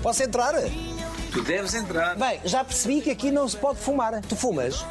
Posso entrar? Tu deves entrar. Bem, já percebi que aqui não se pode fumar. Tu fumas?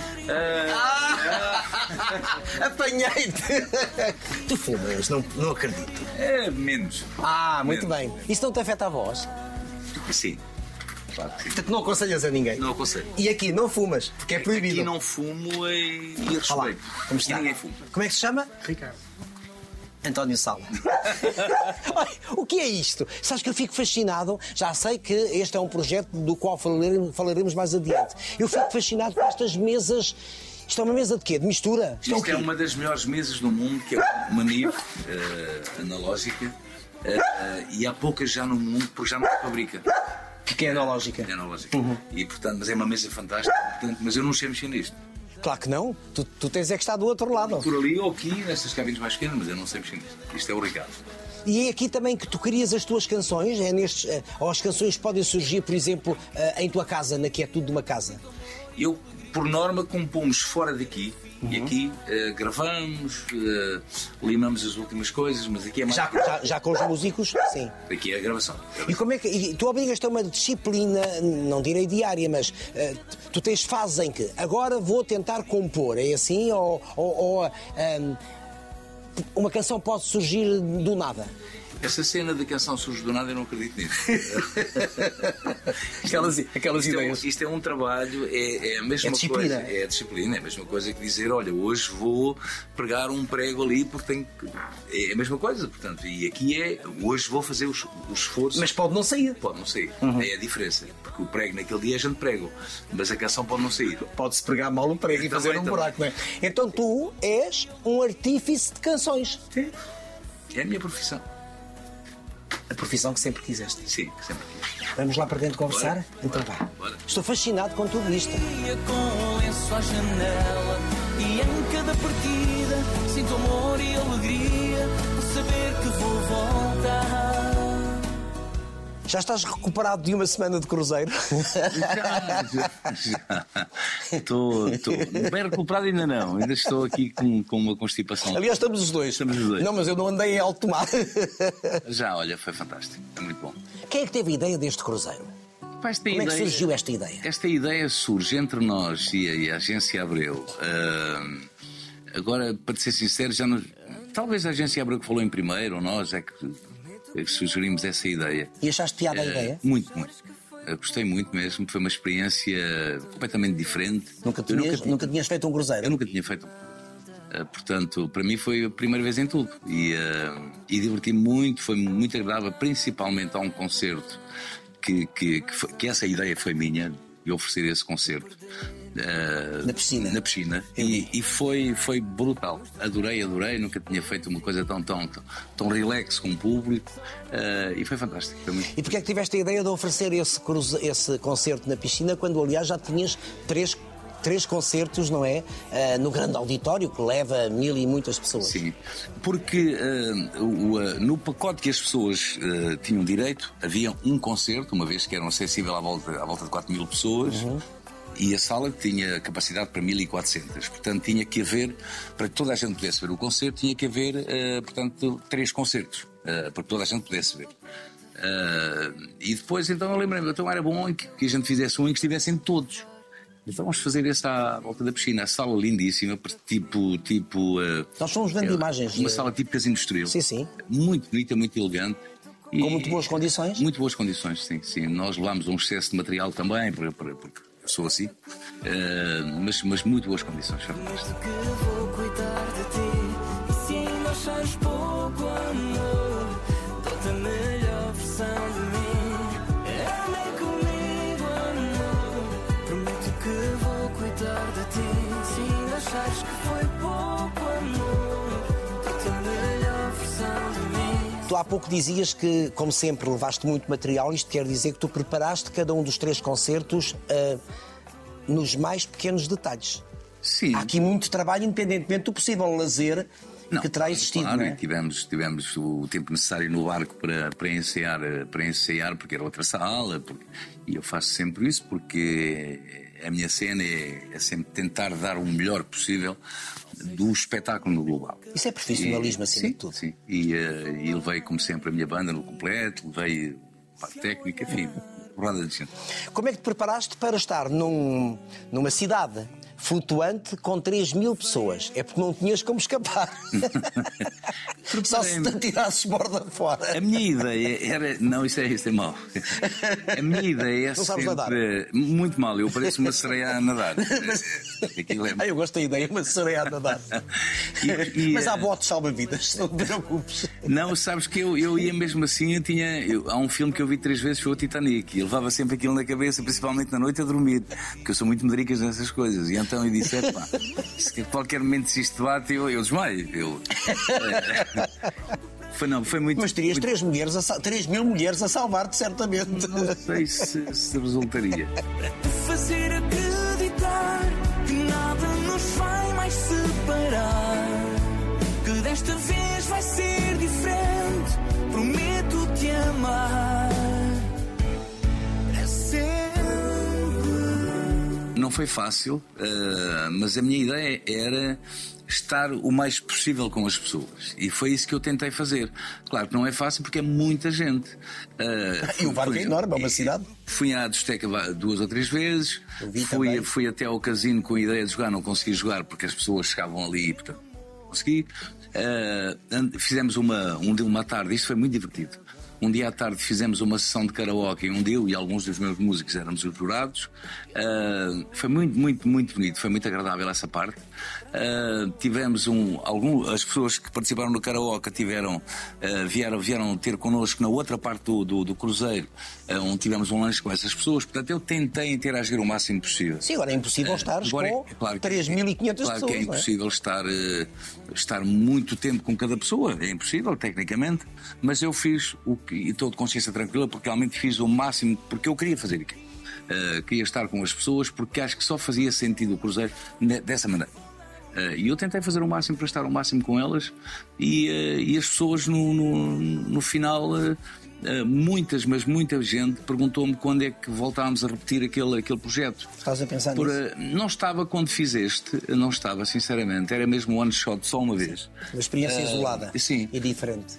Apanhei-te! Tu fumas, não acredito. É menos. Muito bem. Isso não te afeta a voz? Sim. Claro que sim. Portanto, não aconselhas a ninguém? Não aconselho. E aqui não fumas, porque é proibido. Aqui não fumo e respeito. Olá, como Aqui está? ninguém fuma. Como é que se chama? Ricardo. António Sala. Olha, o que é isto? Sabes que eu fico fascinado, já sei que este é um projeto do qual falaremos mais adiante. Eu fico fascinado com estas mesas. Isto é uma mesa de quê? De mistura? Isto é uma das melhores mesas do mundo, que é uma NIV analógica, e há poucas já no mundo, porque já não se fabrica. Que é analógica. É analógica. E, portanto, mas é uma mesa fantástica, portanto, mas eu não sei mexer nisto. Claro que não. Tu tens é que estar do outro lado. Por ali ou aqui, nestas cabines mais pequenas, mas eu não sei mexer nisto. Isto é o Ricardo. E é aqui também que tu crias as tuas canções? Ou as canções podem surgir, por exemplo, em tua casa, na quietude de uma casa? Eu, por norma, compomos fora daqui. E aqui gravamos, limamos as últimas coisas, mas aqui é mais... Já com os músicos? Sim. Aqui é a gravação. E como é que... E tu obrigas-te a uma disciplina, não direi diária, mas tu tens fases em que agora vou tentar compor, é assim? Ou uma canção pode surgir do nada? Essa cena da canção surge do nada, eu não acredito nisso. Aquelas ideias. Isto é um trabalho, é a mesma disciplina. coisa. É a disciplina, é a mesma coisa que dizer, olha, hoje vou pregar um prego ali porque tenho que... É a mesma coisa, portanto, e aqui é, hoje vou fazer o esforço. Mas pode não sair. Pode não sair. É a diferença. Porque o prego naquele dia a gente prega, mas a canção pode não sair. Pode-se pregar mal o prego e fazer um buraco, não é? Então tu és um artífice de canções. Sim. É a minha profissão. A profissão que sempre quiseste. Sim, que sempre quis. Vamos lá para dentro conversar? Bora. Então vá. Bora. Estou fascinado com tudo isto. Com um lenço à janela e em cada partida sinto amor e alegria por saber que vou voltar. Já estás recuperado de uma semana de cruzeiro? Já. Estou bem recuperado, ainda não. Ainda estou aqui com uma constipação. Aliás, estamos os dois. Não, mas eu não andei em alto mar. Já, olha, foi fantástico. É muito bom. Quem é que teve a ideia deste cruzeiro? Como é que surgiu esta ideia? Esta ideia surge entre nós e a Agência Abreu. Agora, para ser sincero, já não... Talvez a Agência Abreu que falou em primeiro, ou nós, é que sugerimos essa ideia. E achaste piada a ideia? Muito, muito. Gostei muito mesmo. Foi uma experiência completamente diferente. Nunca tinhas feito um cruzeiro? Eu nunca tinha feito. Portanto, para mim foi a primeira vez em tudo. E diverti-me muito, foi muito agradável, principalmente a um concerto que essa ideia foi minha, de oferecer esse concerto. Na piscina. E foi brutal. Adorei. Nunca tinha feito uma coisa tão relax com o público. E foi fantástico. E porquê é que tiveste a ideia de oferecer esse concerto na piscina quando, aliás, já tinhas três concertos, não é? No grande auditório que leva 1000 e muitas pessoas. Sim, porque no pacote que as pessoas tinham direito havia um concerto, uma vez que eram acessível à volta de 4000 pessoas. E a sala tinha capacidade para 1400. Portanto, tinha que haver, para que toda a gente pudesse ver o concerto, tinha que haver, portanto, 3 concertos, para que toda a gente pudesse ver. E depois, então, eu lembrei-me, então era bom que a gente fizesse um em que estivessem todos. Então vamos fazer esse à volta da piscina. A sala lindíssima, tipo... Nós fomos vendo imagens. Uma sala tipo casa industrial. Sim. Muito bonita, muito elegante. Com muito boas condições? Muito boas condições, sim. Nós levámos um excesso de material também, porque eu sou assim. Mas muito boas condições. Neste que vou cuidar de ti. E se ainda achas pouco amor, dou-te a melhor versão de mim. Anda comigo, amor. Prometo que vou cuidar de ti. Se ainda achas que foi pouco amor, dou-te a melhor versão de mim. Tu há pouco dizias que, como sempre, levaste muito material. Isto quer dizer que tu preparaste cada um dos 3 concertos nos mais pequenos detalhes. Sim. Há aqui muito trabalho, independentemente do possível lazer que terá existido. Claro, não é? tivemos o tempo necessário no barco para ensaiar, porque era outra sala. E eu faço sempre isso porque a minha cena é sempre tentar dar o melhor possível do espetáculo no global. Isso é profissionalismo, acima de tudo. Sim, e levei, como sempre, a minha banda no completo, levei parte técnica, enfim, porrada de gente. Como é que te preparaste para estar numa cidade flutuante com 3.000 pessoas? É porque não tinhas como escapar. Só se te tirasses borda fora. A minha ideia era... Não, isso é mau. A minha ideia é não sabes sempre... nadar. Muito mal, eu pareço uma sereia a nadar. Aquilo é... Eu gosto da ideia, mas sereia a nadar. Mas há botes salva-vidas, não te preocupes. Não, sabes que eu ia mesmo assim, há um filme que eu vi 3 vezes, foi o Titanic, e eu levava sempre aquilo na cabeça, principalmente na noite a dormir, porque eu sou muito medricas nessas coisas, e então eu disse, pá, se a qualquer momento se isto bate, eu desmaio. Foi muito... Mas terias 3.000 mulheres a salvar-te, certamente. Não sei se resultaria. Para te fazer acreditar que nada nos vai mais separar, que desta vez vai ser diferente, prometo-te amar para sempre. Não foi fácil, mas a minha ideia era estar o mais possível com as pessoas. E foi isso que eu tentei fazer. Claro que não é fácil porque é muita gente. E o Vargas é enorme, é uma cidade. Fui à discoteca 2 ou 3 vezes. Fui até ao casino com a ideia de jogar, não consegui jogar porque as pessoas chegavam ali e, portanto, consegui. Fizemos uma tarde, isto foi muito divertido. Um dia à tarde fizemos uma sessão de karaoke, onde eu e alguns dos meus músicos éramos os jurados. Foi muito, muito, muito bonito, foi muito agradável essa parte. Tivemos as pessoas que participaram no karaoke vieram ter connosco na outra parte do cruzeiro, onde tivemos um lanche com essas pessoas. Portanto, eu tentei interagir o máximo possível. Sim, agora é impossível estar com 3.500 pessoas. Claro que é impossível estar muito tempo com cada pessoa, é impossível, tecnicamente, mas eu fiz e estou de consciência tranquila porque realmente fiz o máximo, porque eu queria fazer aquilo. Queria estar com as pessoas porque acho que só fazia sentido o cruzeiro dessa maneira. E eu tentei fazer o máximo para estar o máximo com elas e as pessoas no final, muita gente perguntou-me quando é que voltámos a repetir aquele projeto. Estás a pensar nisso? Não estava quando fizeste, não estava, sinceramente, era mesmo one shot, só uma vez. Uma experiência isolada. Sim. E diferente.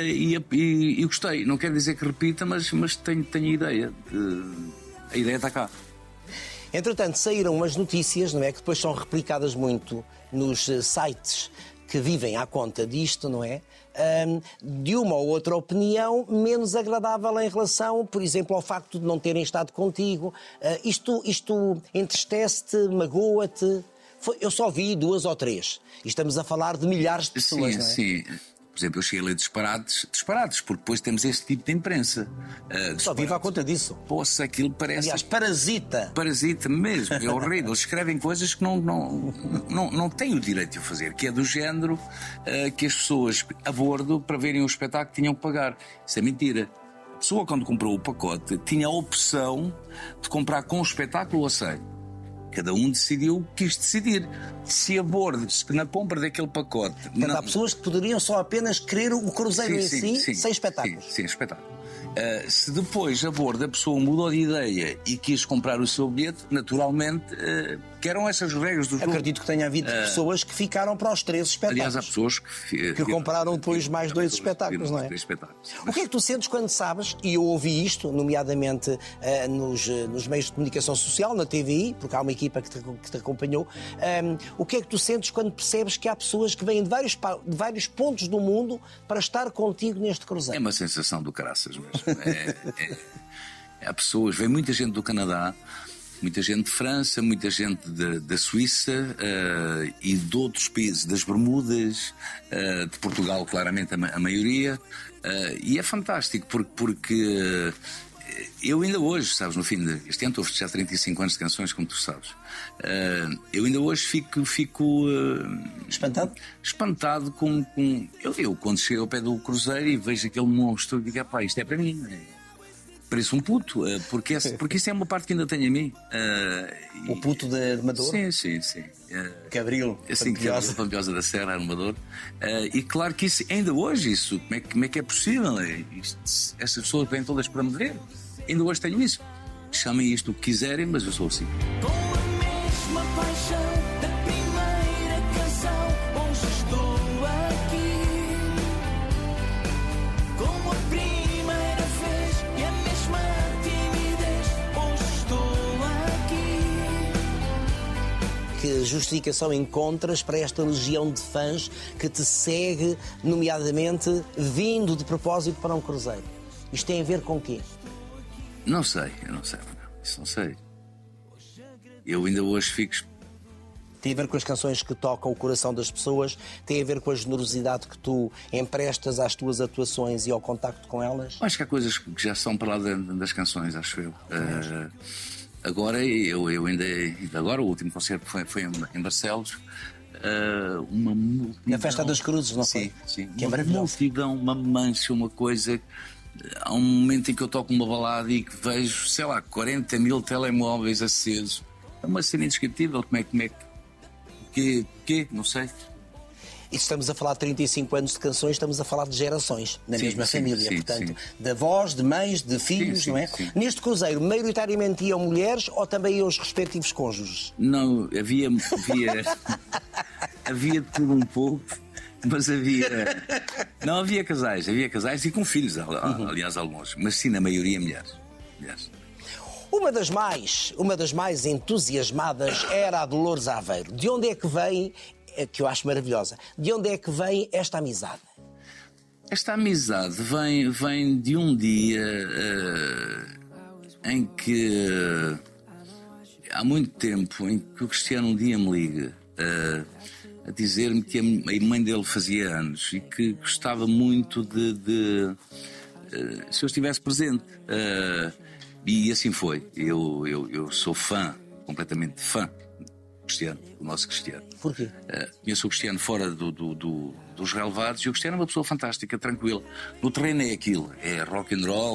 E gostei, não quero dizer que repita, mas tenho a ideia. A ideia está cá. Entretanto, saíram umas notícias, não é? Que depois são replicadas muito nos sites que vivem à conta disto, não é? De uma ou outra opinião menos agradável em relação, por exemplo, ao facto de não terem estado contigo. Isto entristece-te, magoa-te? Eu só vi 2 ou 3. E estamos a falar de milhares de pessoas, não é? Sim. Por exemplo, eu cheguei a ler disparates, porque depois temos este tipo de imprensa. Só vive à conta disso. Poxa, aquilo parece... Aliás, parasita. Parasita mesmo, é horrível. Eles escrevem coisas que não têm o direito de o fazer, que é do género que as pessoas a bordo, para verem o espetáculo, tinham que pagar. Isso é mentira. A pessoa, quando comprou o pacote, tinha a opção de comprar com o espetáculo ou sem. Cada um quis decidir se a bordo, na compra daquele pacote... Portanto, há pessoas que poderiam só apenas querer o cruzeiro em si, sem espetáculos. Sim, espetáculo. Se depois a bordo a pessoa mudou de ideia e quis comprar o seu bilhete, naturalmente, que eram essas regras do jogo. Acredito que tenha havido pessoas que ficaram para os 3 espetáculos. Aliás, há pessoas que compraram depois mais 2 espetáculos, não é? 3 espetáculos. O que é que tu sentes quando sabes, e eu ouvi isto, nomeadamente nos meios de comunicação social, na TVI, porque há uma equipa que te acompanhou, o que é que tu sentes quando percebes que há pessoas que vêm de vários pontos do mundo para estar contigo neste cruzeiro? É uma sensação do caraças mesmo. Há pessoas, vem muita gente do Canadá, muita gente de França, muita gente da Suíça e de outros países, das Bermudas, de Portugal, claramente a maioria, e é fantástico porque eu ainda hoje, sabes, no fim este ano estou a festejar 35 anos de canções, como tu sabes, eu ainda hoje fico espantado com eu quando chego ao pé do cruzeiro e vejo aquele monstro e digo, pá, isto é para mim, pareço um puto, porque isso é uma parte que ainda tenho em mim. O puto de Armador? Sim. Cabril, Pampilhosa da Serra, Armador. E claro que isso, ainda hoje, como é que é possível? Essas pessoas vêm todas para me ver. Ainda hoje tenho isso. Chamem isto o que quiserem, mas eu sou assim. Com a mesma paixão da primeira canção, hoje estou aqui. Como a primeira vez e a mesma justificação encontras para esta legião de fãs que te segue, nomeadamente vindo de propósito para um cruzeiro? Isto tem a ver com o quê? Não sei, isso não sei. Eu ainda hoje fico... Tem a ver com as canções que tocam o coração das pessoas? Tem a ver com a generosidade que tu emprestas às tuas atuações e ao contacto com elas? Acho que há coisas que já são para lá das canções, acho eu. Agora, eu ainda... Agora, o último concerto foi em Barcelos. Uma multidão... Na Festa das Cruzes, não foi? Sim. Que é Uma maravilhoso. multidão, uma mancha, uma coisa... Há um momento em que eu toco uma balada e que vejo, sei lá, 40 mil telemóveis acesos. É uma cena indescritível. Como é que... Não sei. E estamos a falar de 35 anos de canções, estamos a falar de gerações na mesma família. Portanto, de avós, de mães, de filhos, não é? Sim. Neste cruzeiro, maioritariamente iam mulheres ou também iam os respectivos cônjuges? Não, havia de tudo um pouco, mas havia casais e com filhos, aliás, alguns, mas sim, na maioria, mulheres. Uma das mais entusiasmadas era a Dolores Aveiro. De onde é que vem, que eu acho maravilhosa, de onde é que vem esta amizade? Esta amizade vem de um dia em que, há muito tempo, em que o Cristiano um dia me liga a dizer-me que a mãe dele fazia anos e que gostava muito de se eu estivesse presente. E assim foi. Eu sou fã, completamente fã do Cristiano, do nosso Cristiano. Porquê? Conheço o Cristiano fora dos relevados e o Cristiano é uma pessoa fantástica, tranquila. No terreno é aquilo, é rock and roll,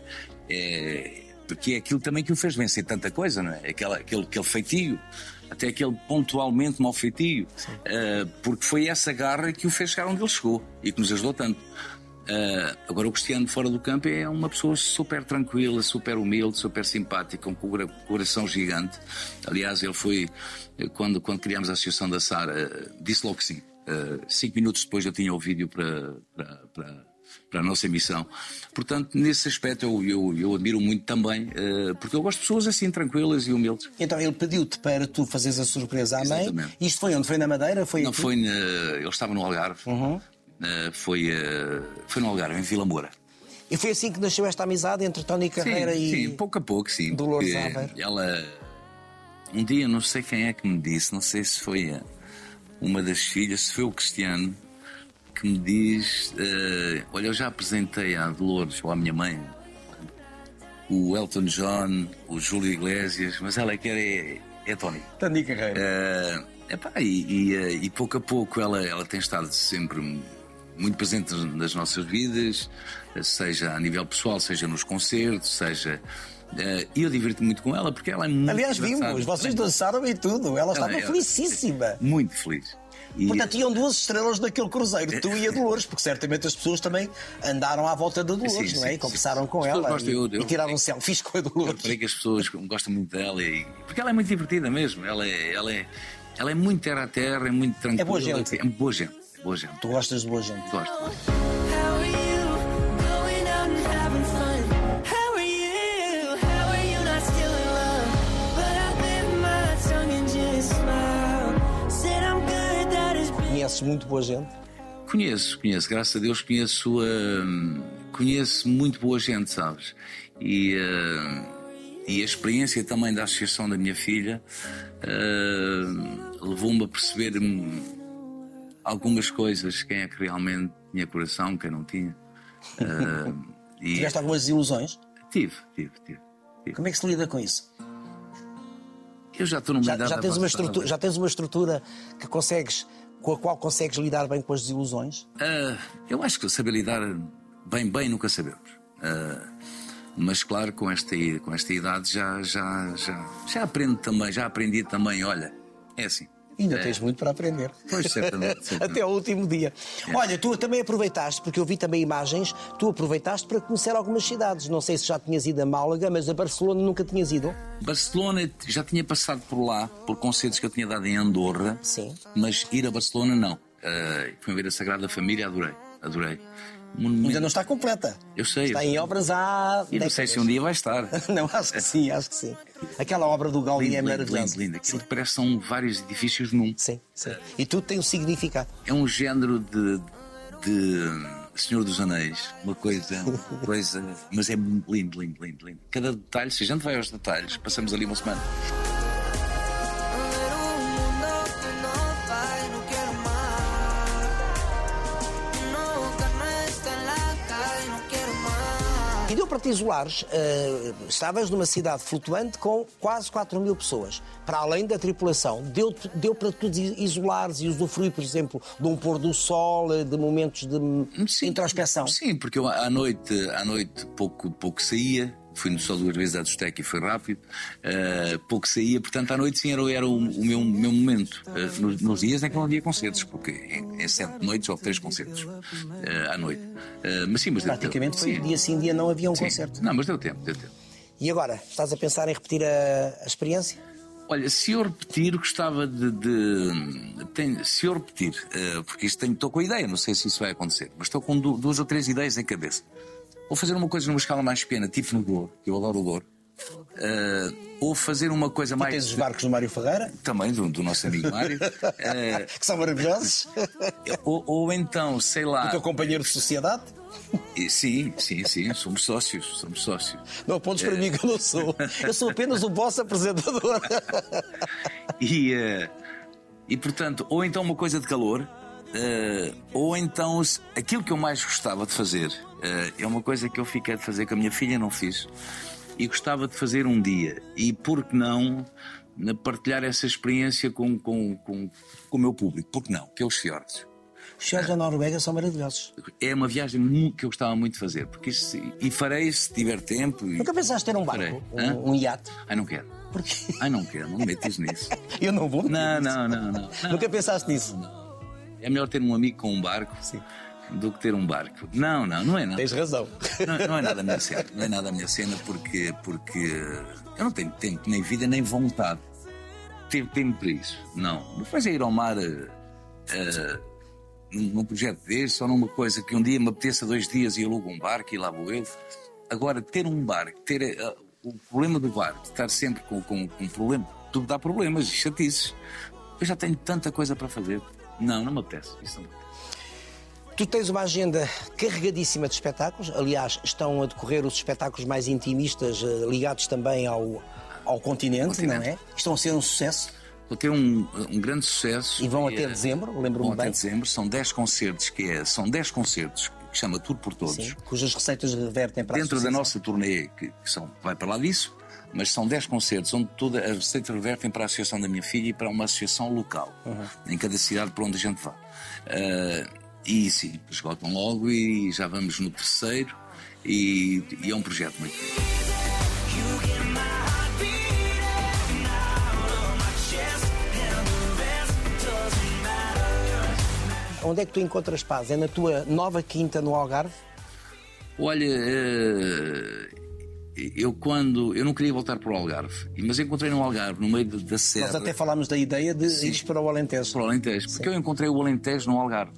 porque é aquilo também que o fez vencer tanta coisa, não é? Aquele feitio, até aquele pontualmente mau feitio, porque foi essa garra que o fez chegar onde ele chegou e que nos ajudou tanto. Agora o Cristiano fora do campo é uma pessoa super tranquila, super humilde, super simpática, com um coração gigante. Aliás, ele foi, quando criámos a Associação da Sara, disse logo que sim. 5 minutos depois eu tinha o vídeo para a nossa emissão. Portanto, nesse aspecto eu admiro muito também, porque eu gosto de pessoas assim, tranquilas e humildes. Então ele pediu-te para tu fazeres a surpresa à mãe. Exatamente. Isto foi onde? Foi na Madeira? Não, ele estava no Algarve. Foi no Algarve, em Vila Moura. E foi assim que nasceu esta amizade entre Tony Carreira e... Sim, pouco a pouco, sim. Dolores Aveiro. Ela... Um dia, não sei quem é que me disse, não sei se foi uma das filhas, se foi o Cristiano, que me diz... olha, eu já apresentei à Dolores, ou à minha mãe, o Elton John, o Júlio Iglesias, mas ela é Tony. Tony Carreira. E pouco a pouco ela tem estado sempre muito presente nas nossas vidas, seja a nível pessoal, seja nos concertos, seja... E eu divirto-me muito com ela, porque ela é muito... Aliás, vimos, vocês dançaram e tudo. Ela estava felicíssima. Muito feliz. Portanto, iam 2 estrelas naquele cruzeiro, tu e a Dolores, porque certamente as pessoas também andaram à volta da Dolores, não é? E conversaram com ela e tiraram selfies com a Dolores. Eu creio que as pessoas gostam muito dela, porque ela é muito divertida mesmo. Ela é muito terra a terra, é muito tranquila. É boa gente. É boa gente. Tu gostas de boa gente? Gosto. How are you going out and having fun? How are you not still in love? But I bit my tongue and just smile. Said I'm good, that is big. Conheces muito boa gente? Conheço, graças a Deus conheço muito boa gente, sabes? E a experiência também da associação da minha filha levou-me a perceber algumas coisas, quem é que realmente tinha coração, quem não tinha. Tiveste algumas desilusões? Tive. Como é que se lida com isso? Eu já estou numa idade avançada. Já tens uma estrutura com a qual consegues lidar bem com as desilusões? Eu acho que saber lidar bem nunca sabemos. Mas claro, com esta idade já aprendi também, olha, é assim. Ainda tens muito para aprender. Pois, certamente. Até ao último dia. Olha, tu também aproveitaste, porque eu vi também imagens, tu aproveitaste para conhecer algumas cidades. Não sei se já tinhas ido a Málaga, mas a Barcelona nunca tinhas ido? Barcelona, já tinha passado por lá, por concertos que eu tinha dado em Andorra. Sim. Mas ir a Barcelona, não. Fui ver a Sagrada Família, adorei. monumento. Ainda não está completa. Eu sei. Está em obras há E não sei se um dia vai estar. Não, acho que sim, acho que sim. Aquela obra do Gaudí é maravilhosa. Lindo. Aquilo que parece são vários edifícios num. Sim, sim. E tudo tem um significado. É um género de Senhor dos Anéis, uma coisa, mas é lindo. Cada detalhe, se a gente vai aos detalhes, passamos ali uma semana. E deu para te isolares, estavas numa cidade flutuante com quase 4.000 pessoas, para além da tripulação. Deu para tu isolares e usufruir, por exemplo, de um pôr do sol, de momentos de introspeção? Sim, porque eu à noite pouco saía. Fui só 2 vezes à discoteca e foi rápido. Pouco saía, portanto à noite sim era o meu momento. Nos dias em que não havia concertos, porque é 7 noites ou 3 concertos à noite. Mas sim, mas praticamente foi dia sim, dia não havia um concerto. Não, mas deu tempo. E agora, estás a pensar em repetir a experiência? Olha, se eu repetir, gostava se eu repetir, porque estou com a ideia, não sei se isso vai acontecer, mas estou com 2 ou 3 ideias em cabeça. Ou fazer uma coisa numa escala mais pequena, tipo no Douro, que eu adoro o Douro. Ou fazer uma coisa mais... Tens os barcos do Mário Ferreira? Também, do nosso amigo Mário. Que são maravilhosos. ou então, sei lá... O teu companheiro de sociedade? Sim, somos sócios. Não apontes para mim que eu não sou. Eu sou apenas o vosso apresentador. E portanto, ou então uma coisa de calor... ou então aquilo que eu mais gostava de fazer é uma coisa que eu fiquei de fazer com a minha filha, não fiz, e gostava de fazer um dia, e por que não partilhar essa experiência com o meu público, por que não, que é os fiordes. Os fiordes da Noruega são maravilhosos. É uma viagem que eu gostava muito de fazer, porque e farei se tiver tempo. Nunca pensaste ter um barco, um iate? Ai, não quero. Porquê? Ai, não quero, não me metas nisso. Eu não vou. Não. Nunca pensaste nisso? Não. É melhor ter um amigo com um barco, sim, do que ter um barco. Não é nada. Tens razão. Não é nada a minha cena. Não é nada a minha cena porque eu não tenho tempo, nem vida, nem vontade. Tenho tempo para isso. Não. Depois é ir ao mar num projeto deste ou numa coisa que um dia me apeteça 2 dias e alugo um barco e lá vou eu. Agora, ter um barco, ter o problema do barco, estar sempre com um problema, tudo dá problemas e chatices. Eu já tenho tanta coisa para fazer. Não me apetece. Isso não me apetece. Tu tens uma agenda carregadíssima de espetáculos. Aliás, estão a decorrer os espetáculos mais intimistas ligados também ao continente, não é? Estão a ser um sucesso. Vou ter um grande sucesso. E vão até dezembro, lembro-me bem. Vão até dezembro, são 10 concertos, são 10 concertos que chama Tour por Todos. Sim, cujas receitas revertem para dentro da nossa turnê, vai para lá disso. Mas são 10 concertos onde toda a receita revertem para a associação da minha filha e para uma associação local, em cada cidade por onde a gente vá. E sim, esgotam logo e já vamos no 3º e é um projeto muito bom. Onde é que tu encontras paz? É na tua nova quinta no Algarve? Olha... Eu não queria voltar para o Algarve, mas encontrei no Algarve, no meio da serra. Nós até falámos da ideia de ir para o Alentejo. Para o Alentejo, porque eu encontrei o Alentejo no Algarve.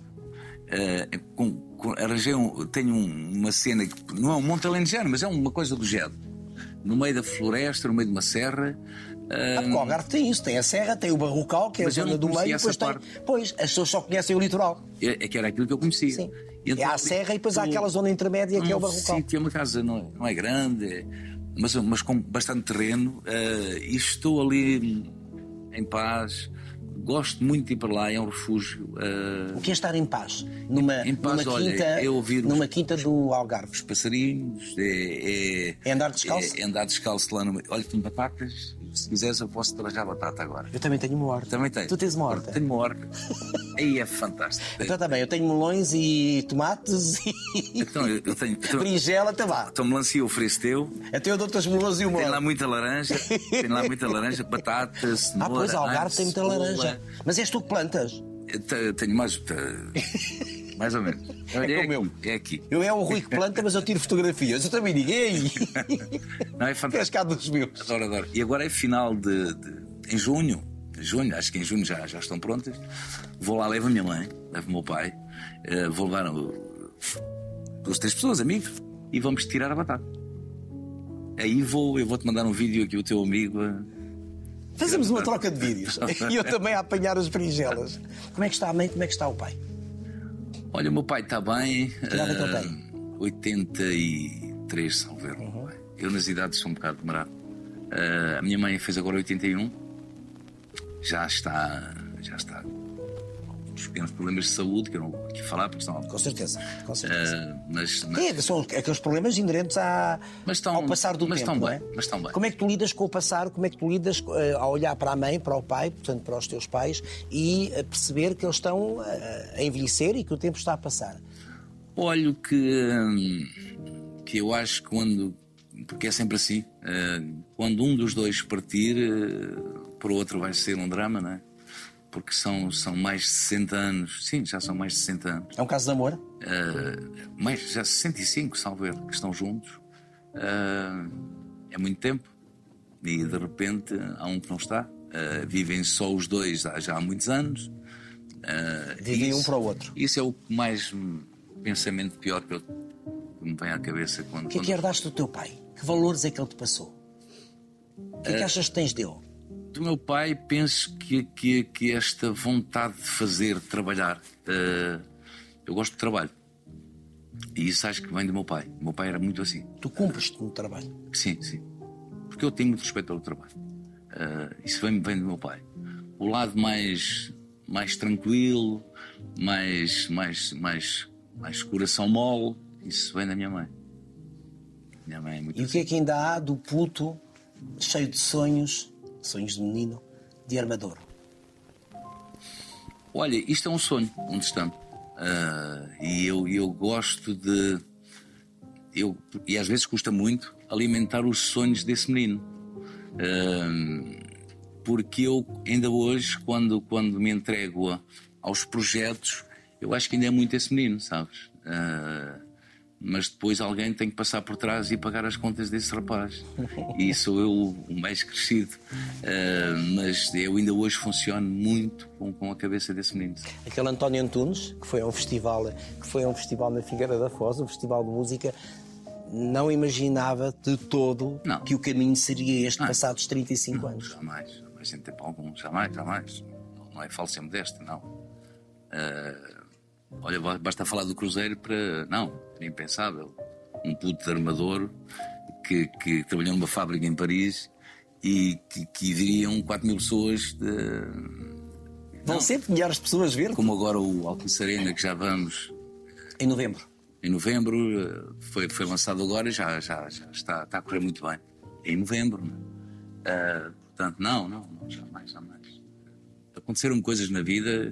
Tenho uma cena que não é um monte alentejano, mas é uma coisa do género. No meio da floresta, no meio de uma serra. Porque o Algarve tem isso, tem a serra, tem o Barrocal, que é a zona do meio, e depois tem. Pois, as pessoas só conhecem o litoral. É que era aquilo que eu conhecia. Sim. Então, é a serra e depois há aquela zona intermédia que é o Barrocal. Sim, é uma casa, não é grande, mas com bastante terreno. E estou ali em paz. Gosto muito de ir para lá, é um refúgio. O que é estar em paz? Numa quinta do Algarve. Os passarinhos, é andar descalço? É andar descalço lá no meio. Olha, tem batatas. Se quiseres, eu posso trajar batata agora. Eu também tenho uma horta. Também tenho. Tu tens uma horta? Tenho uma horta. Aí é fantástico. Então está bem, eu tenho melões e tomates e. Então, eu tenho. Berinjela, tá lá. Então, melancia, ofereço teu. Até eu dou-te as melões e o molho. Tem lá muita laranja, batatas, cenoura. Pois, Algarve tem muita laranja. Mas és tu que plantas? Eu tenho mais. Mais ou menos. É como eu. É aqui. Eu é o Rui que planta, mas eu tiro fotografias. Eu também ninguém. Não, é fantástico. És cá dos meus. Adoro. E agora é final em junho. Acho que em junho já estão prontas. Vou lá, levo a minha mãe, levo o meu pai. Vou levar 2, 3 pessoas, amigos, e vamos tirar a batata. Aí eu vou-te mandar um vídeo aqui, o teu amigo. Fazemos uma troca de vídeos. E eu também a apanhar as berinjelas. Como é que está a mãe? Como é que está o pai? Olha, o meu pai está bem. Que idade é que ele tem? 83, se não ver. Eu nas idades sou um bocado demorado. A minha mãe fez agora 81. Já está com uns pequenos problemas de saúde, que eu não vou aqui falar, porque senão... Com certeza. Mas São aqueles problemas inerentes ao passar do tempo, estão não bem, é? mas estão bem. Como é que tu lidas com o passar? Como é que tu lidas a olhar para a mãe, para o pai, portanto para os teus pais, e a perceber que eles estão a envelhecer e que o tempo está a passar? Olho que eu acho que porque é sempre assim, quando um dos dois partir, para o outro vai ser um drama, não é? Porque são mais de 60 anos. Sim, já são mais de 60 anos. É um caso de amor? Já 65, salvo erro, que estão juntos. É muito tempo. E de repente há um que não está. Vivem só os dois já há muitos anos. Vivem um para o outro. Isso é o mais pensamento pior que me vem à cabeça. O que é que herdaste do teu pai? Que valores é que ele te passou? O que é que achas que tens dele? Do meu pai, penso que esta vontade de fazer, de trabalhar, eu gosto de trabalho. E isso acho que vem do meu pai. O meu pai era muito assim. Tu cumpres-te no trabalho? Sim. Porque eu tenho muito respeito pelo trabalho. Isso vem do meu pai. O lado mais tranquilo, mais coração mole, isso vem da minha mãe. Minha mãe é muito E o que é que ainda há do puto cheio de sonhos de menino, de armador? Olha, isto é um sonho, um distante. E eu gosto de... E às vezes custa muito alimentar os sonhos desse menino. Porque eu, ainda hoje, quando me entrego aos projetos, eu acho que ainda é muito esse menino, sabes? Mas depois alguém tem que passar por trás e pagar as contas desse rapaz. E sou eu o mais crescido. Mas eu ainda hoje funciono muito com a cabeça desse menino. Aquele António Antunes, que foi a um festival na Figueira da Foz, um festival de música, não imaginava de todo que o caminho seria este passados 35 anos. Jamais, sem tempo algum. Jamais. Não é falsa modéstia, não. Olha, basta falar do Cruzeiro para... Não, era impensável. Um puto de armador que trabalhou numa fábrica em Paris e que viriam 4.000 pessoas Vão sempre milhares de pessoas ver. Como agora o Altice Arena, que já vamos... Em novembro. Em novembro, foi lançado agora e já está a correr muito bem. Em novembro, portanto, não, jamais. Aconteceram coisas na vida...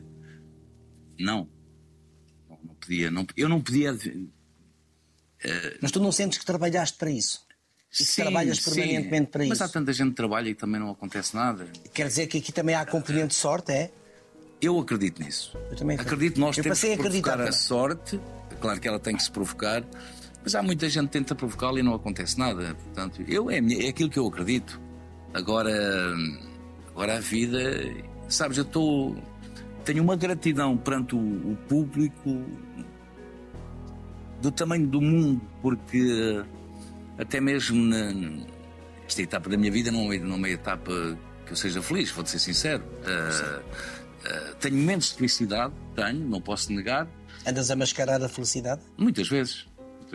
Eu não podia. Mas tu não sentes que trabalhaste para isso? E que trabalhas permanentemente para isso? Mas há tanta gente que trabalha e também não acontece nada. Quer dizer que aqui também há componente de sorte, é? Eu acredito nisso. Eu também acredito que nós temos que provocar a sorte. Claro que ela tem que se provocar, mas há muita gente que tenta provocá-la e não acontece nada. Portanto, é aquilo que eu acredito. Agora a vida, sabes, tenho uma gratidão perante o público do tamanho do mundo, porque até mesmo esta etapa da minha vida não é uma etapa que eu seja feliz, vou-te ser sincero. Tenho momentos de felicidade, não posso negar. Andas a mascarar a felicidade? Muitas vezes.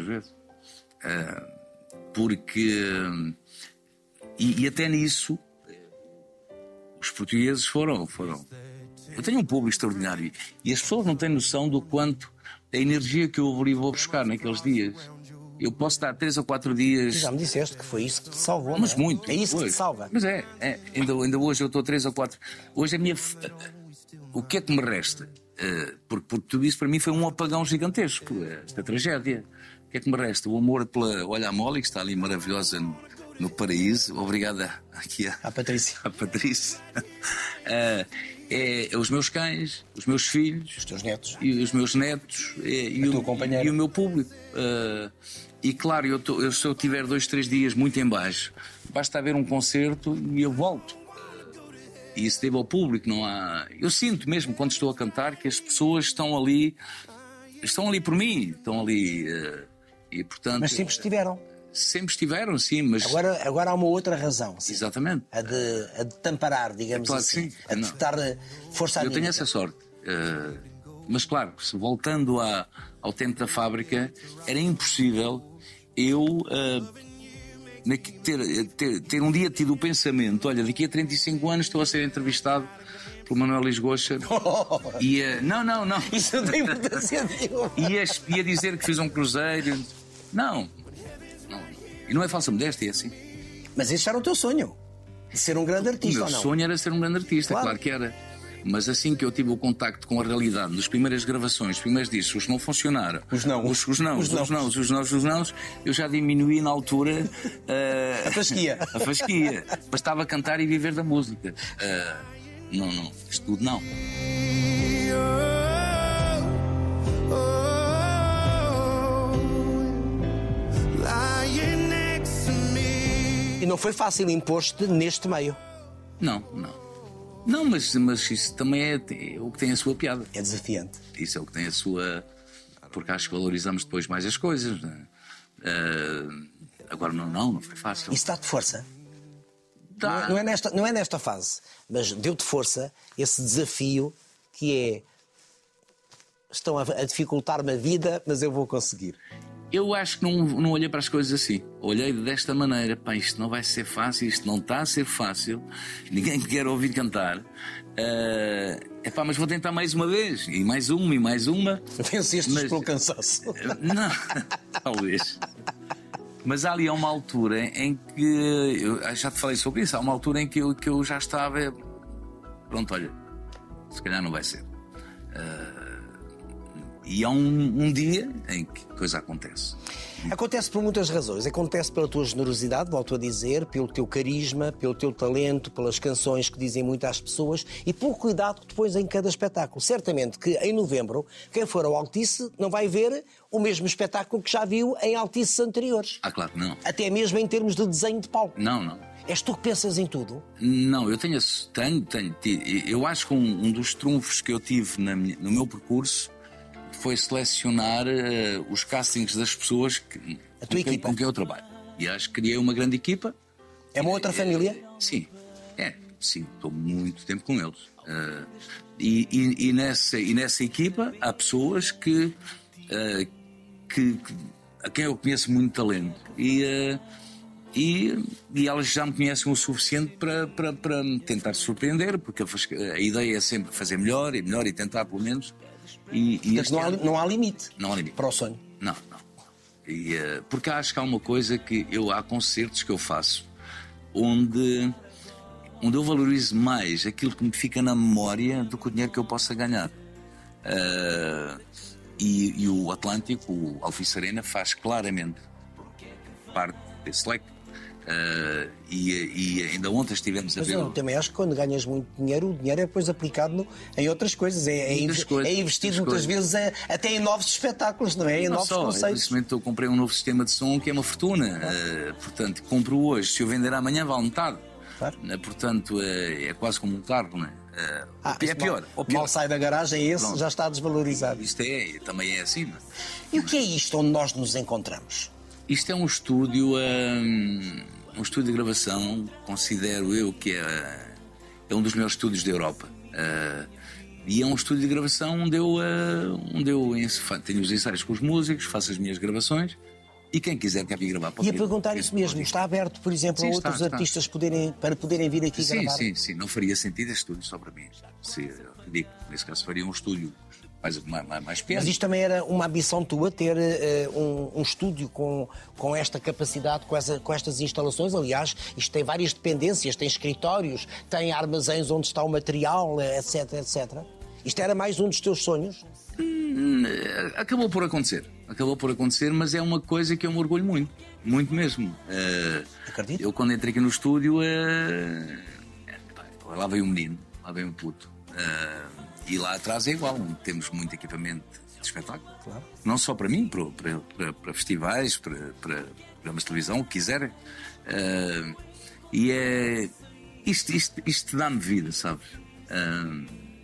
Porque... E até nisso, os portugueses foram... Eu tenho um público extraordinário e as pessoas não têm noção do quanto a energia que eu vou buscar naqueles dias. Eu posso dar 3 ou 4 dias... Já me disseste que foi isso que te salvou, mas não é? muito. É isso que te salva. Mas ainda hoje eu estou 3 ou 4... Hoje a minha... O que é que me resta? Porque tudo isso para mim foi um apagão gigantesco, esta tragédia. O que é que me resta? O amor pela... Olha a Molly, que está ali maravilhosa no paraíso. Obrigada aqui à Patrícia. À Patrícia. Os meus cães, os meus filhos, os teus netos, e os meus netos e o meu público. E claro, se eu tiver 2, 3 dias muito em baixo, basta haver um concerto e eu volto. E isso deve ao público, não há... Eu sinto mesmo quando estou a cantar que as pessoas estão ali por mim, estão ali E, portanto, Mas sempre estiveram. Sempre estiveram, sim, mas... Agora há uma outra razão. Sim. Exatamente. A de te amparar, digamos Claro assim. que sim. A de dar força à Eu tenho essa sorte. Mas claro, voltando ao tempo da fábrica, era impossível eu ter um dia tido o pensamento: olha, daqui a 35 anos estou a ser entrevistado pelo Manuel Lisgocha e não. Isso não tem importância nenhuma. Ia dizer que fiz um cruzeiro. Não. E não é falsa modéstia, é assim. Mas esse era o teu sonho, de ser um grande artista, O ou meu não? sonho era ser um grande artista, Claro. claro que era. Mas assim que eu tive o contacto com a realidade, nas primeiras gravações, os primeiros discos, não funcionaram. Os nãos, eu já diminuí na altura A fasquia. a fasquia. Bastava cantar e viver da música. Não, isto tudo não. E não foi fácil impor-te neste meio. Não, mas isso também é o que tem a sua piada. É desafiante. Isso é o que tem a sua... Porque acho que valorizamos depois mais as coisas. Agora não foi fácil. Isso dá-te força. Dá. Não é nesta fase, mas deu-te força esse desafio que é: estão a dificultar-me a vida, mas eu vou conseguir. Eu acho que não olhei para as coisas assim. Olhei desta maneira: pá, isto não vai ser fácil, isto não está a ser fácil, ninguém me quer ouvir cantar. Mas vou tentar mais uma vez, e mais uma. Venceste pelo cansaço. Não, talvez. Mas há ali uma altura em que, eu já te falei sobre isso, há uma altura em que eu já estava, pronto, olha, se calhar não vai ser. E há um dia em que a coisa acontece. Acontece por muitas razões. Acontece pela tua generosidade, volto a dizer, pelo teu carisma, pelo teu talento, pelas canções que dizem muito às pessoas e pelo cuidado que tu pões em cada espetáculo. Certamente que em novembro, quem for ao Altice não vai ver o mesmo espetáculo que já viu em Altices anteriores. Claro que não. Até mesmo em termos de desenho de palco. Não. És tu que pensas em tudo? Não, eu tenho. Eu acho que um dos trunfos que eu tive no meu percurso foi selecionar os castings das pessoas com quem eu trabalho. E acho que criei uma grande equipa. É uma outra família? Sim, estou muito tempo com eles. E nessa equipa há pessoas a quem eu conheço muito talento. E elas já me conhecem o suficiente para me tentar surpreender, porque a ideia é sempre fazer melhor e tentar pelo menos. Não há limite. Não há limite. Para o sonho. Não. Porque acho que há uma coisa que há concertos que eu faço onde eu valorizo mais aquilo que me fica na memória do que o dinheiro que eu possa ganhar. E o Atlântico, o Alfice Arena, faz claramente parte desse leque. E ainda ontem estivemos a ver. Mas eu também acho que quando ganhas muito dinheiro, o dinheiro é depois aplicado em outras coisas. É investido muitas vezes até em novos espetáculos, não é? Em novos conceitos. Neste momento eu comprei um novo sistema de som que é uma fortuna. Portanto, compro hoje, se eu vender amanhã vale metade. Claro. Portanto, é quase como um carro, não é? É pior. O mal sai da garagem e esse Pronto. já está desvalorizado. Isto também é assim, não é? E o que é isto onde nós nos encontramos? Isto é um estúdio de gravação, considero eu que é um dos melhores estúdios da Europa. E é um estúdio de gravação onde eu tenho os ensaios com os músicos, faço as minhas gravações e quem quiser quer vir gravar pode Ia vir. perguntar isso mesmo, está aberto, por exemplo, a outros artistas para poderem vir aqui gravar? Sim, não faria sentido este estúdio só para mim. Nesse caso faria um estúdio mais pequeno. Mas isto também era uma ambição tua, ter um estúdio com esta capacidade, com estas instalações. Aliás, isto tem várias dependências, tem escritórios, tem armazéns onde está o material, etc. Isto era mais um dos teus sonhos? Acabou por acontecer, mas é uma coisa que eu me orgulho muito mesmo. Acredito. Eu quando entrei aqui no estúdio, lá veio um menino, lá veio um puto. E lá atrás é igual, temos muito equipamento de espetáculo. Claro. Não só para mim, para festivais, para programas de televisão, o que quiserem. Isto dá-me vida, sabes?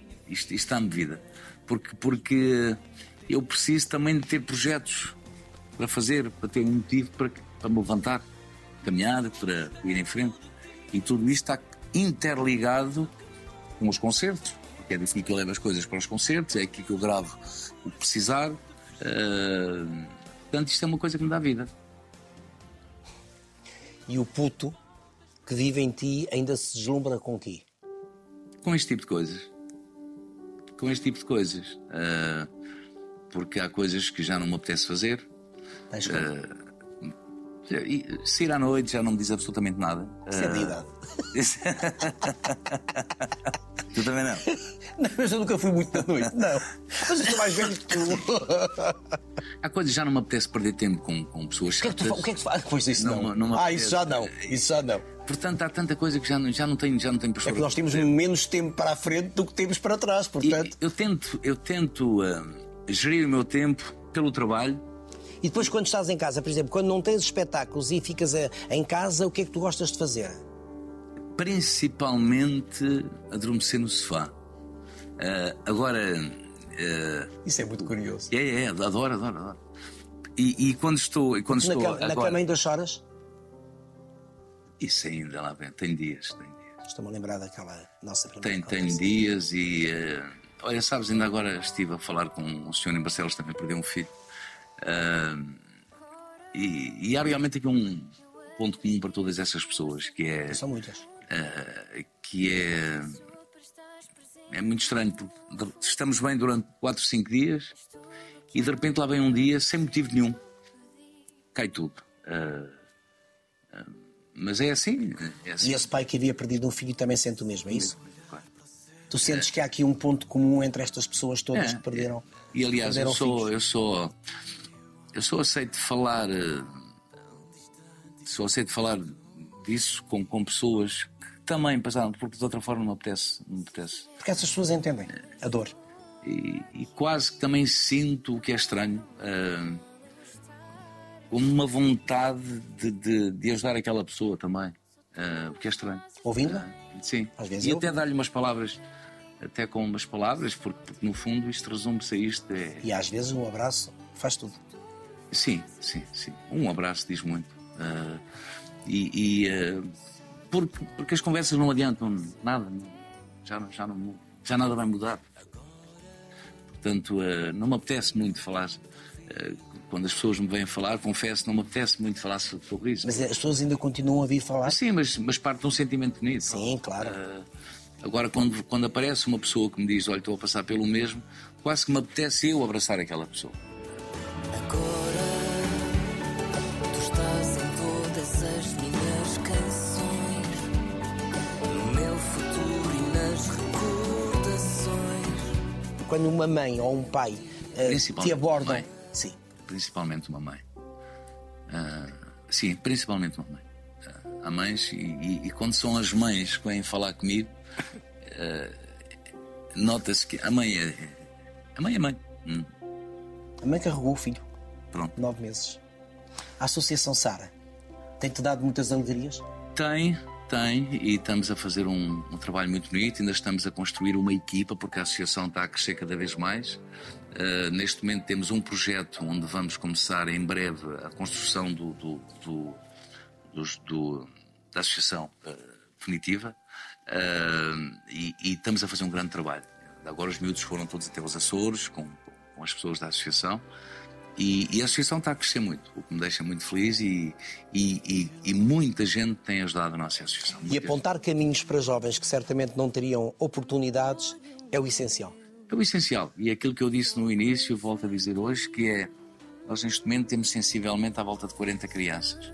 Isto dá-me vida. Porque eu preciso também de ter projetos para fazer, para ter um motivo para me levantar, caminhar, para ir em frente. E tudo isto está interligado com os concertos, porque é daqui que eu levo as coisas para os concertos, é aqui que eu gravo o que precisar. Portanto, isto é uma coisa que me dá vida. E o puto que vive em ti ainda se deslumbra com o quê? Com este tipo de coisas. Com este tipo de coisas. Porque há coisas que já não me apetece fazer. Se ir à noite já não me diz absolutamente nada. Isso é da idade. Tu também não? Não, mas eu nunca fui muito da noite. Não. Mas eu sou mais velho que tu. Há coisas que já não me apetece perder tempo com pessoas chatas. O que é que tu fazes? Pois isso não. Isso já não. Isso já não. Portanto, há tanta coisa que já não tenho perspectiva. É que nós temos menos tempo para a frente do que temos para trás, portanto. Eu tento gerir o meu tempo pelo trabalho. E depois, quando estás em casa, por exemplo, quando não tens espetáculos e ficas em casa, o que é que tu gostas de fazer? Principalmente adormecer no sofá. Agora. Isso é muito curioso. Adoro. E quando estou. Na cama ainda choras? Isso ainda lá vem. Tem dias. Estou-me a lembrar daquela nossa primeira Tem dias e. Olha, sabes, ainda agora estive a falar com o senhor em Barcelos, também perdeu um filho. E há realmente aqui um ponto comum para todas essas pessoas, que é. São muitas. Que é muito estranho, porque estamos bem durante 4, 5 dias e de repente lá vem um dia sem motivo nenhum, cai tudo. Mas é assim. E esse pai que havia perdido um filho também sente o mesmo, é isso? Tu sentes que há aqui um ponto comum entre estas pessoas todas que perderam? E aliás, eu sou aceito de falar. Sou aceito de falar disso com pessoas que também passaram, porque de outra forma não me apetece. Porque essas pessoas entendem a dor. E quase que também sinto o que é estranho, como uma vontade de ajudar aquela pessoa também, o que é estranho. Ouvindo-a? Sim. Às vezes e até dar-lhe umas palavras, porque no fundo isto resume-se a isto. E às vezes um abraço faz tudo. Sim. Um abraço diz muito. Porque as conversas não adiantam nada, já nada vai mudar. Portanto, não me apetece muito falar. Quando as pessoas me vêm falar, confesso, não me apetece muito falar sobre isso. Mas as pessoas ainda continuam a vir falar? Sim, mas parte de um sentimento bonito. Sim, claro. Agora, quando aparece uma pessoa que me diz, olha, estou a passar pelo mesmo, quase que me apetece eu abraçar aquela pessoa. Agora tu estás em todas as minhas canções, no meu futuro e nas recordações. Quando uma mãe ou um pai te abordam... Sim. Principalmente uma mãe. Sim, principalmente uma mãe. Há mães e quando são as mães que vêm falar comigo, nota-se que a mãe é mãe. A mãe carregou o filho. Pronto. 9 meses. A Associação Sara tem-te dado muitas alegrias? Tem, e estamos a fazer um trabalho muito bonito. Ainda estamos a construir uma equipa, porque a associação está a crescer cada vez mais. Neste momento temos um projeto onde vamos começar em breve a construção da associação definitiva, e estamos a fazer um grande trabalho. Agora os miúdos foram todos até os Açores com as pessoas da associação, e a associação está a crescer muito, o que me deixa muito feliz, e muita gente tem ajudado a nossa associação. E apontar caminhos para jovens que certamente não teriam oportunidades é o essencial. É o essencial, e aquilo que eu disse no início, volto a dizer hoje, que é, nós neste momento temos sensivelmente à volta de 40 crianças.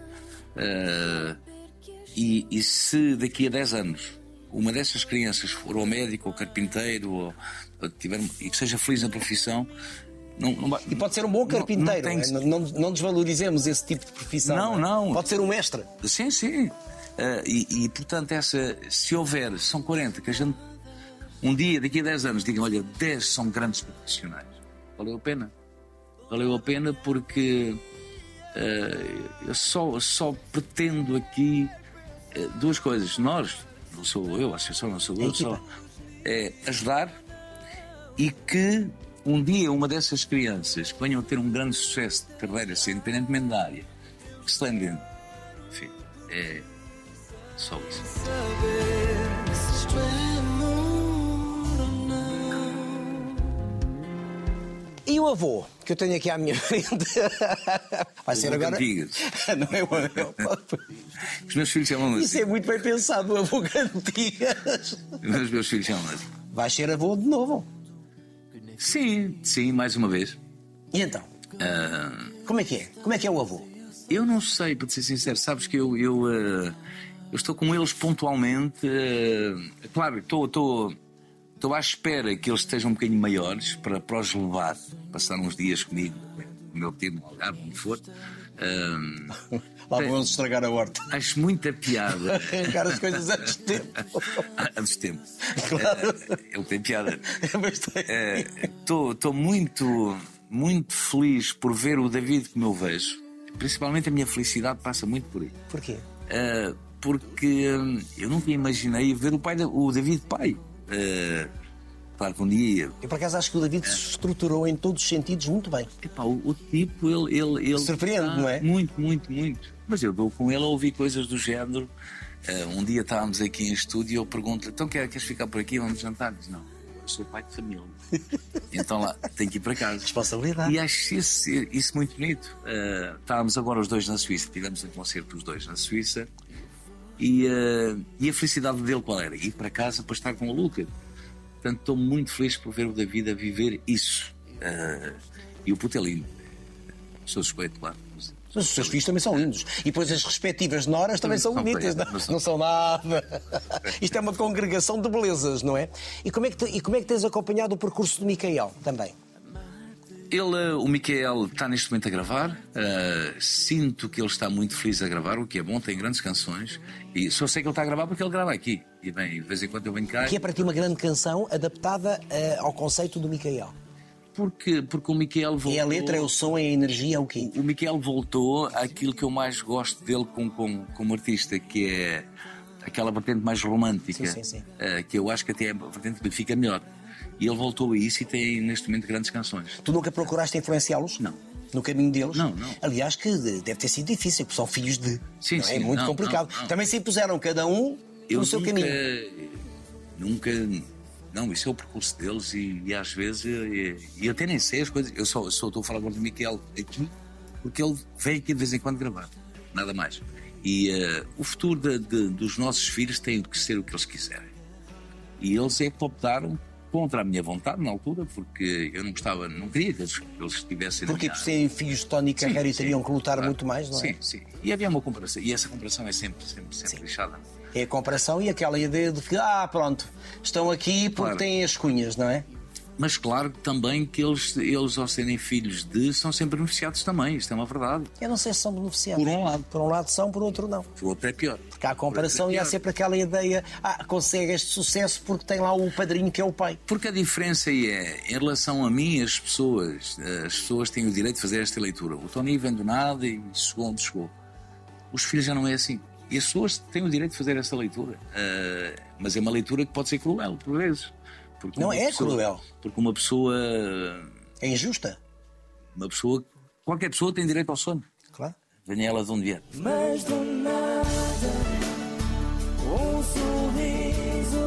E se daqui a 10 anos uma dessas crianças for ao médico, ou carpinteiro, ou e que seja feliz na profissão... E pode ser um bom carpinteiro, não desvalorizemos esse tipo de profissão. Não. Pode ser um mestre. Sim. E portanto, se houver, são 40, que a gente um dia, daqui a 10 anos, digam, olha, 10 são grandes profissionais. Valeu a pena. Valeu a pena porque eu só pretendo aqui duas coisas. Nós, não sou eu, a associação não sou eu, só ajudar, e que um dia uma dessas crianças que venham a ter um grande sucesso de carreira, independentemente da área, que se lembrem, enfim, é só isso. Saber se isto é amor ou não. E o avô, que eu tenho aqui à minha frente? Vai ser agora. Cantigas. Não é o avô. Os meus filhos chamam Isso assim. é muito bem pensado, o avô Cantigas. Os meus filhos chamam assim. Vai ser avô de novo. Sim, mais uma vez. E então? Como é que é? Como é que é o avô? Eu não sei, para te ser sincero, sabes que eu estou com eles pontualmente. Claro, estou à espera que eles estejam um bocadinho maiores para os levar, passar uns dias comigo, no meu tempo, no Algarve, onde for. Lá vamos estragar a horta. Acho muita piada. Arrancar as coisas antes de tempo. Antes de tempo. Claro. Ele tem piada. Mas tem. Estou muito feliz por ver o David como eu vejo. Principalmente a minha felicidade passa muito por aí. Porquê? Porque eu nunca imaginei ver o David pai. Claro que um dia. Eu por acaso acho que o David se estruturou em todos os sentidos muito bem. Epá, o tipo, ele Surpreende, não é? Muito. Mas eu dou com ele a ouvir coisas do género. Um dia estávamos aqui em estúdio e eu pergunto-lhe: então queres ficar por aqui? Vamos jantar? Diz: não, eu sou pai de família. Então lá, tenho que ir para casa. Responsabilidade. E acho isso muito bonito. Estávamos agora os dois na Suíça, tivemos um concerto os dois na Suíça. E a felicidade dele qual era? Ir para casa para estar com o Luca. Portanto, estou muito feliz por ver o David a viver isso. E o puto é lindo. Sou suspeito, claro. Mas os seus filhos também são lindos. E depois as respectivas noras também são Não bonitas. tem, Não são nada. Isto é uma congregação de belezas, não é? E como é que tens acompanhado o percurso do Micael também? O Micael está neste momento a gravar. Sinto que ele está muito feliz a gravar, o que é bom, tem grandes canções. E só sei que ele está a gravar porque ele grava aqui. E bem, de vez em quando eu venho cá. Que é para ti uma grande canção adaptada ao conceito do Micael. Porque o Micael voltou. É a letra, é o som, é a energia, é o quê? O Micael voltou àquilo que eu mais gosto dele como artista, que é aquela vertente mais romântica. Sim. Que eu acho que até é a vertente que fica melhor. E ele voltou a isso e tem neste momento grandes canções. Tu nunca procuraste influenciá-los? Não. No caminho deles? Não. Aliás, que deve ter sido difícil, porque são filhos de. Sim, não é? É muito complicado. Não. Também se impuseram cada um no seu caminho. Nunca. Não, isso é o percurso deles e às vezes. E eu até nem sei as coisas. Eu só estou a falar agora do Micael aqui, porque ele vem aqui de vez em quando gravar. Nada mais. E o futuro dos nossos filhos tem que ser o que eles quiserem. E eles é que optaram contra a minha vontade na altura, porque eu não queria que eles estivessem. Porque por serem filhos de Tony Carreira e teriam que lutar muito mais, não é? Sim. E havia uma comparação. E essa comparação é sempre lixada. É a comparação e aquela ideia de que, pronto, estão aqui porque Claro. têm as cunhas, não é? Mas claro também que eles ao serem filhos são sempre beneficiados também, isto é uma verdade. Eu não sei se são beneficiados. Por um lado. Por um lado são, por outro não. Por outro é pior. Porque há a comparação e há sempre aquela ideia, consegue este sucesso porque tem lá o padrinho que é o pai. Porque a diferença é, em relação a mim, as pessoas têm o direito de fazer esta leitura. O Tony vem do nada e chegou onde chegou. Os filhos já não é assim. E as pessoas têm o direito de fazer essa leitura. Mas é uma leitura que pode ser cruel, por vezes. Porque Não é cruel. Porque uma pessoa... É injusta. Qualquer pessoa tem direito ao sonho. Claro. Venha ela de onde vier. Mas do nada, um sorriso,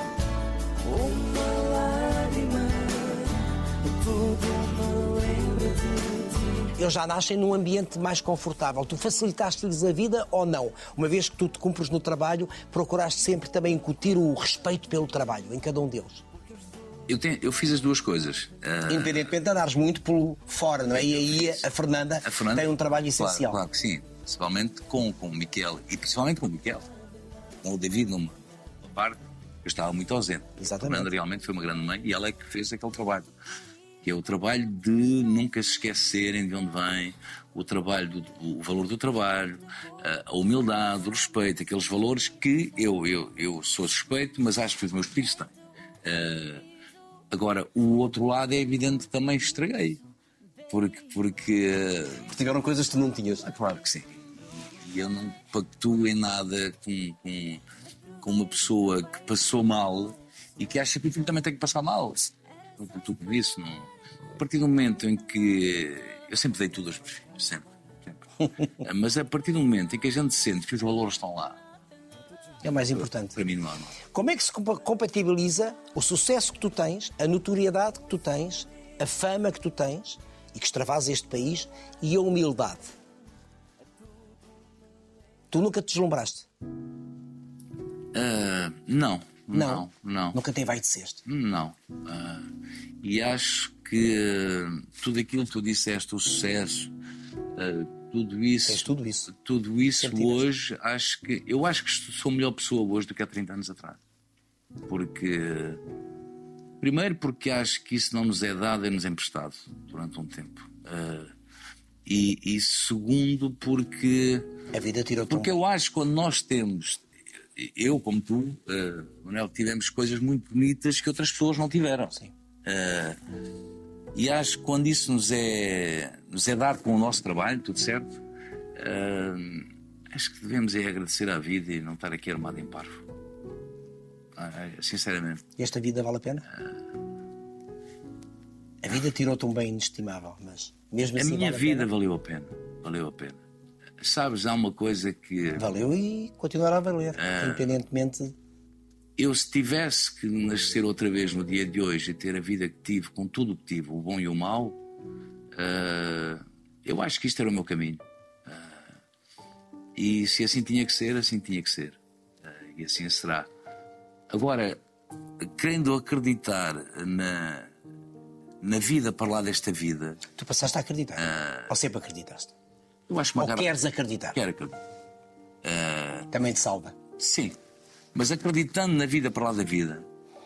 uma lágrima, tudo me lembra de ti. Eles já nascem num ambiente mais confortável. Tu facilitaste-lhes a vida ou não? Uma vez que tu te cumpres no trabalho, procuraste sempre também incutir o respeito pelo trabalho em cada um deles. Eu fiz as duas coisas. Independentemente de andares muito por fora, não é? E aí a Fernanda tem um trabalho essencial. Claro que sim. Principalmente com o Micael. E principalmente com o Micael. Com o David, numa parte, eu estava muito ausente. Exatamente. A Fernanda realmente foi uma grande mãe e ela é que fez aquele trabalho. Que é o trabalho de nunca se esquecerem de onde vem, o trabalho, o valor do trabalho, a humildade, o respeito, aqueles valores que eu sou suspeito, mas acho que os meus filhos têm. Agora, o outro lado é evidente que também estraguei. Porque tiveram coisas que tu não tinhas. claro que sim. E eu não pactuo em nada com uma pessoa que passou mal e que acha que o filho também tem que passar mal. Tu com isso, não. a partir do momento em que... Eu sempre dei tudo aos meus filhos, sempre. Mas a partir do momento em que a gente sente que os valores estão lá, É o mais importante. para mim não há mal. Como é que se compatibiliza o sucesso que tu tens, a notoriedade que tu tens, a fama que tu tens e que extravasa este país e a humildade? Tu nunca te deslumbraste? Não. Nunca te envaideceste? Não. E acho que tudo aquilo que tu disseste, o sucesso, tudo isso. Tens tudo isso. Tudo isso Sempre hoje, eu acho que sou melhor pessoa hoje do que há 30 anos atrás. Primeiro porque acho que isso não nos é dado, é-nos emprestado durante um tempo. E segundo porque... A vida tirou-te Porque eu acho que quando nós temos... Eu, como tu, Manuel, tivemos coisas muito bonitas que outras pessoas não tiveram. Sim. E acho que quando isso nos é dado com o nosso trabalho, tudo certo, acho que devemos agradecer à vida e não estar aqui armado em parvo. Sinceramente. E esta vida vale a pena? A vida tirou-te um bem inestimável, mas mesmo assim A minha vale vida pena? valeu a pena. Valeu a pena. Sabes, há uma coisa que... Valeu e continuará a valer, independentemente... Eu, se tivesse que nascer outra vez no dia de hoje e ter a vida que tive, com tudo o que tive, o bom e o mau, eu acho que isto era o meu caminho. E se assim tinha que ser, assim tinha que ser. E assim será. Agora, querendo acreditar na vida para lá desta vida... Tu passaste a acreditar? Ou sempre acreditaste? Eu acho Ou queres acreditar? Quero acreditar. Também te salva? Sim. Mas acreditando na vida para lá da vida,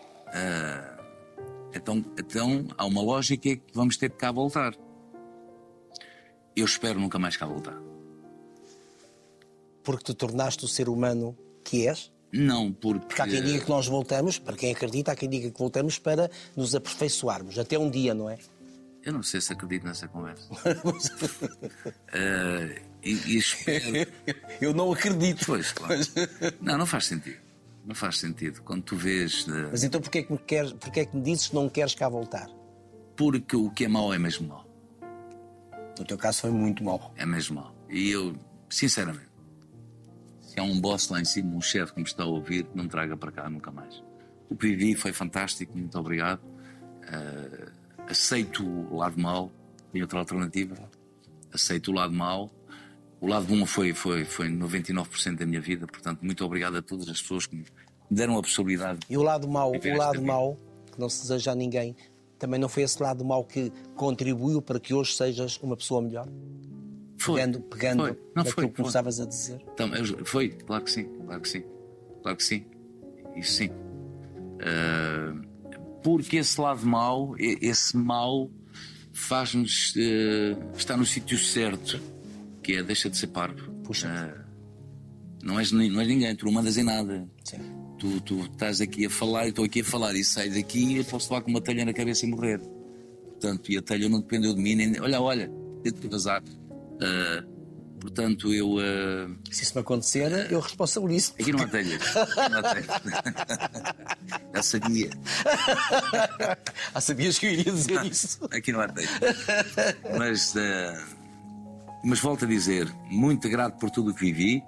então há uma lógica que vamos ter que cá voltar. Eu espero nunca mais cá voltar. Porque te tornaste o ser humano que és? Não, porque... Porque há quem diga que nós voltamos, para quem acredita, há quem diga que voltamos para nos aperfeiçoarmos, até um dia, não é? Eu não sei se acredito nessa conversa. E espero... Eu não acredito. Pois, claro. Não faz sentido. Não faz sentido. Quando tu vês... Mas então porquê é que me dizes que não queres cá voltar? Porque o que é mau é mesmo mau. No teu caso foi muito mau. É mesmo mau. E eu, sinceramente, se há um boss lá em cima, um chefe que me está a ouvir, não me traga para cá nunca mais. O que vivi foi fantástico, muito obrigado. Aceito o lado mau, tem outra alternativa. Aceito o lado mau. O lado bom foi 99% da minha vida, portanto, muito obrigado a todas as pessoas que me deram a possibilidade. E o lado mau, que não se deseja a ninguém, também não foi esse lado mau que contribuiu para que hoje sejas uma pessoa melhor? Foi. Pegando naquilo que estavas a dizer? Então, foi, claro que sim, claro que sim. Claro que sim. Isso sim. Porque esse lado mau, esse mau, faz-nos estar no sítio certo, que é deixa de ser parvo. Puxa. Não és ninguém, tu não mandas em nada. Sim. Tu estás aqui a falar, eu estou aqui a falar e saio daqui e posso levar com uma telha na cabeça e morrer. Portanto, e a telha não dependeu de mim, nem... Olha, tento te vazar. Portanto, eu... Se isso me acontecer, eu responsabilizo. Aqui não há telhas. Já sabia. Sabias que eu iria dizer isso? Aqui não há telhas. Mas volto a dizer, muito grato por tudo o que vivi.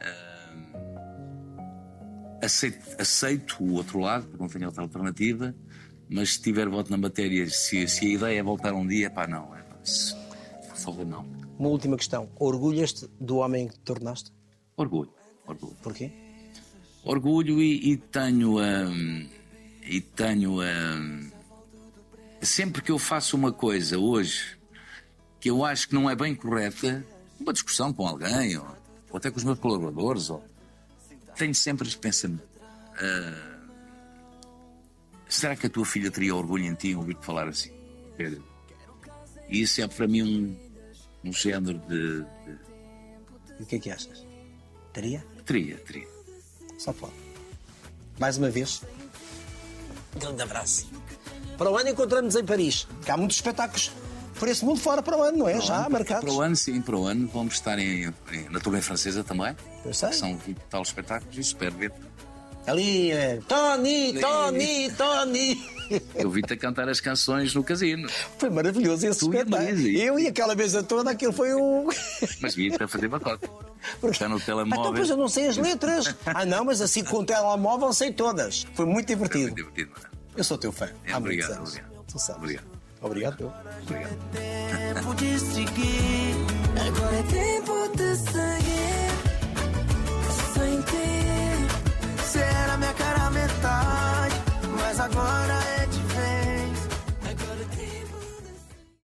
Aceito o outro lado, porque não tenho outra alternativa. Mas se tiver voto na matéria, se a ideia é voltar um dia, não. Só não. Uma última questão. Orgulhas-te do homem que te tornaste? Orgulho. Porquê? Orgulho e tenho... sempre que eu faço uma coisa hoje que eu acho que não é bem correta, uma discussão com alguém, ou até com os meus colaboradores, tenho sempre este pensamento. Será que a tua filha teria orgulho em ti em ouvir-te falar assim? E isso é para mim um género de... E o que é que achas? Teria? Teria. Só pode. Mais uma vez, um grande abraço. Para o ano encontramos em Paris, que há muitos espetáculos por esse mundo fora para o ano, não é? Já marcados. Para o ano, sim, para o ano vamos estar na turnê francesa também. Eu sei. São 20 tal espetáculos e espero ver Ali, Tony, Tony, Tony. Eu vi-te a cantar as canções no casino. Foi maravilhoso esse Tu e a espetáculo. Marisa. Eu e aquela mesa toda, aquilo foi um... Mas vi-te a fazer batota. Está no telemóvel. Então, pois eu não sei as letras. Não, mas assim com o telemóvel sei todas. Foi muito divertido. Foi divertido, não é? Eu sou teu fã. Há muitos Obrigado, anos. obrigado. Tu sabes. Obrigado. Obrigado. Obrigado. Tempo de seguir, agora é tempo